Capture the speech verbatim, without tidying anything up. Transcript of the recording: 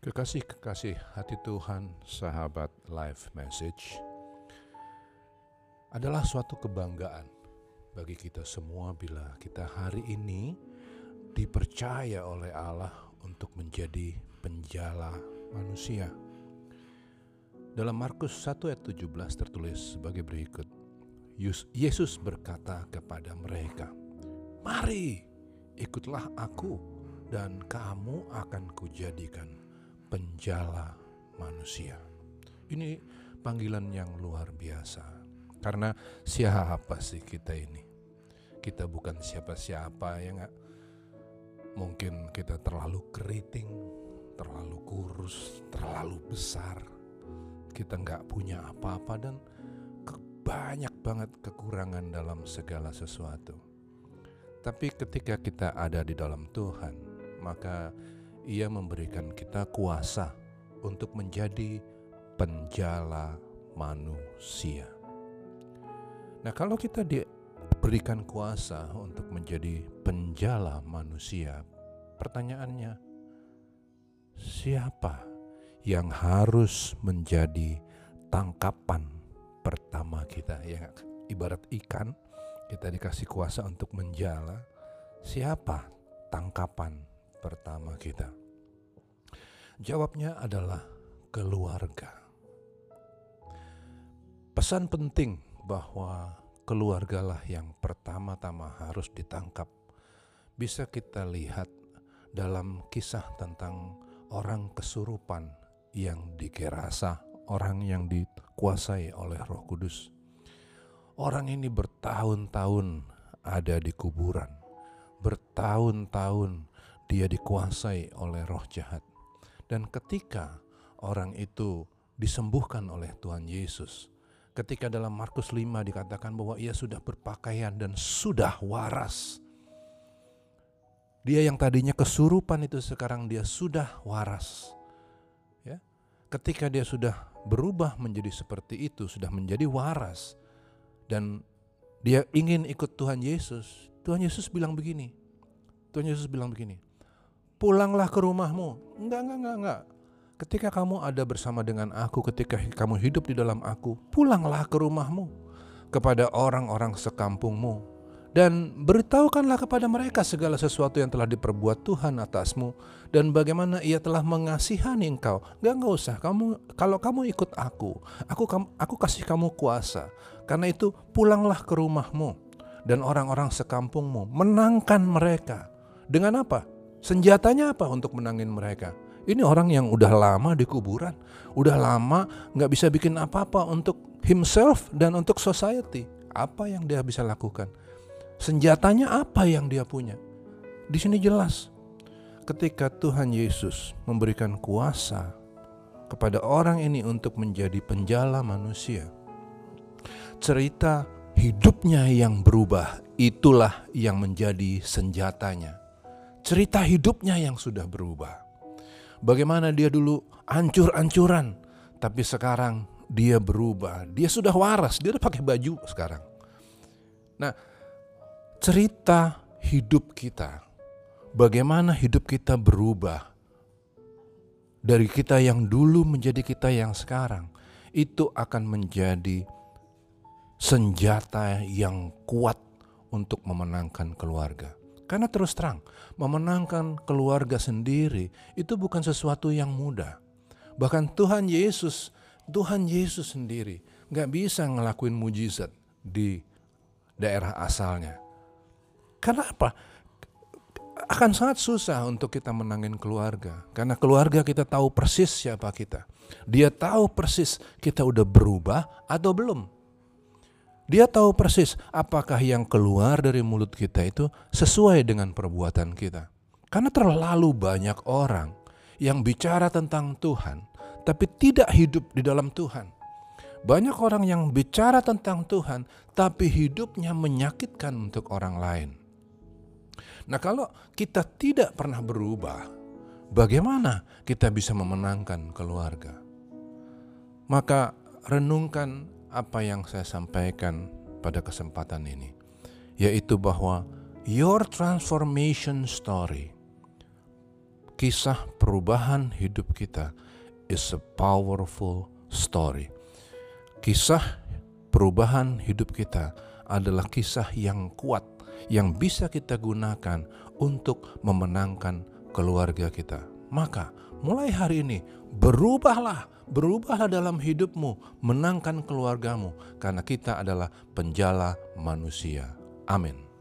Kekasih-kekasih hati Tuhan, sahabat Life Message, adalah suatu kebanggaan bagi kita semua bila kita hari ini dipercaya oleh Allah untuk menjadi penjala manusia. Dalam Markus satu ayat tujuh belas tertulis sebagai berikut. Yesus berkata kepada mereka, "Mari, ikutlah aku dan kamu akan kujadikan penjala manusia." Ini panggilan yang luar biasa. Karena siapa sih kita ini? Kita bukan siapa-siapa, ya gak? Mungkin kita terlalu keriting, terlalu kurus, terlalu besar. Kita gak punya apa-apa dan banyak banget kekurangan dalam segala sesuatu. Tapi ketika kita ada di dalam Tuhan, maka Ia memberikan kita kuasa untuk menjadi penjala manusia. Nah, kalau kita diberikan kuasa untuk menjadi penjala manusia, pertanyaannya, siapa yang harus menjadi tangkapan pertama kita? Ya, ibarat ikan, kita dikasih kuasa untuk menjala. Siapa tangkapan pertama kita? Jawabnya adalah keluarga. Pesan penting bahwa keluargalah yang pertama-tama harus ditangkap bisa kita lihat dalam kisah tentang orang kesurupan yang digerasa, orang yang dikuasai oleh Roh Kudus. Orang ini bertahun-tahun ada di kuburan, bertahun-tahun dia dikuasai oleh roh jahat. Dan ketika orang itu disembuhkan oleh Tuhan Yesus, ketika dalam Markus lima dikatakan bahwa ia sudah berpakaian dan sudah waras. Dia yang tadinya kesurupan itu sekarang dia sudah waras. Ya. Ketika dia sudah berubah menjadi seperti itu, sudah menjadi waras, dan dia ingin ikut Tuhan Yesus, Tuhan Yesus bilang begini, Tuhan Yesus bilang begini, pulanglah ke rumahmu. Enggak, enggak, enggak, enggak. Ketika kamu ada bersama dengan aku, ketika kamu hidup di dalam aku, pulanglah ke rumahmu, kepada orang-orang sekampungmu, dan beritahukanlah kepada mereka segala sesuatu yang telah diperbuat Tuhan atasmu, dan bagaimana Ia telah mengasihani engkau. Enggak, enggak usah. Kamu, kalau kamu ikut aku, aku, aku kasih kamu kuasa. Karena itu pulanglah ke rumahmu, dan orang-orang sekampungmu, menangkan mereka. Dengan apa? Senjatanya apa untuk menangin mereka? Ini orang yang udah lama di kuburan, udah lama gak bisa bikin apa-apa untuk himself dan untuk society. Apa yang dia bisa lakukan? Senjatanya apa yang dia punya? Di sini jelas, ketika Tuhan Yesus memberikan kuasa kepada orang ini untuk menjadi penjala manusia, cerita hidupnya yang berubah, itulah yang menjadi senjatanya. Cerita hidupnya yang sudah berubah. Bagaimana dia dulu ancur-ancuran, tapi sekarang dia berubah. Dia sudah waras, dia udah pakai baju sekarang. Nah, cerita hidup kita, bagaimana hidup kita berubah dari kita yang dulu menjadi kita yang sekarang, itu akan menjadi senjata yang kuat untuk memenangkan keluarga. Karena terus terang, memenangkan keluarga sendiri itu bukan sesuatu yang mudah. Bahkan Tuhan Yesus, Tuhan Yesus sendiri gak bisa ngelakuin mujizat di daerah asalnya. Karena apa? Akan sangat susah untuk kita menangin keluarga. Karena keluarga kita tahu persis siapa kita. Dia tahu persis kita udah berubah atau belum. Dia tahu persis apakah yang keluar dari mulut kita itu sesuai dengan perbuatan kita. Karena terlalu banyak orang yang bicara tentang Tuhan, tapi tidak hidup di dalam Tuhan. Banyak orang yang bicara tentang Tuhan, tapi hidupnya menyakitkan untuk orang lain. Nah, kalau kita tidak pernah berubah, bagaimana kita bisa memenangkan keluarga? Maka renungkan apa yang saya sampaikan pada kesempatan ini, yaitu bahwa your transformation story kisah perubahan hidup kita is a powerful story. Kisah perubahan hidup kita adalah kisah yang kuat, yang bisa kita gunakan untuk memenangkan keluarga kita. Maka mulai hari ini berubahlah, berubahlah dalam hidupmu, menangkan keluargamu, karena kita adalah penjala manusia. Amin.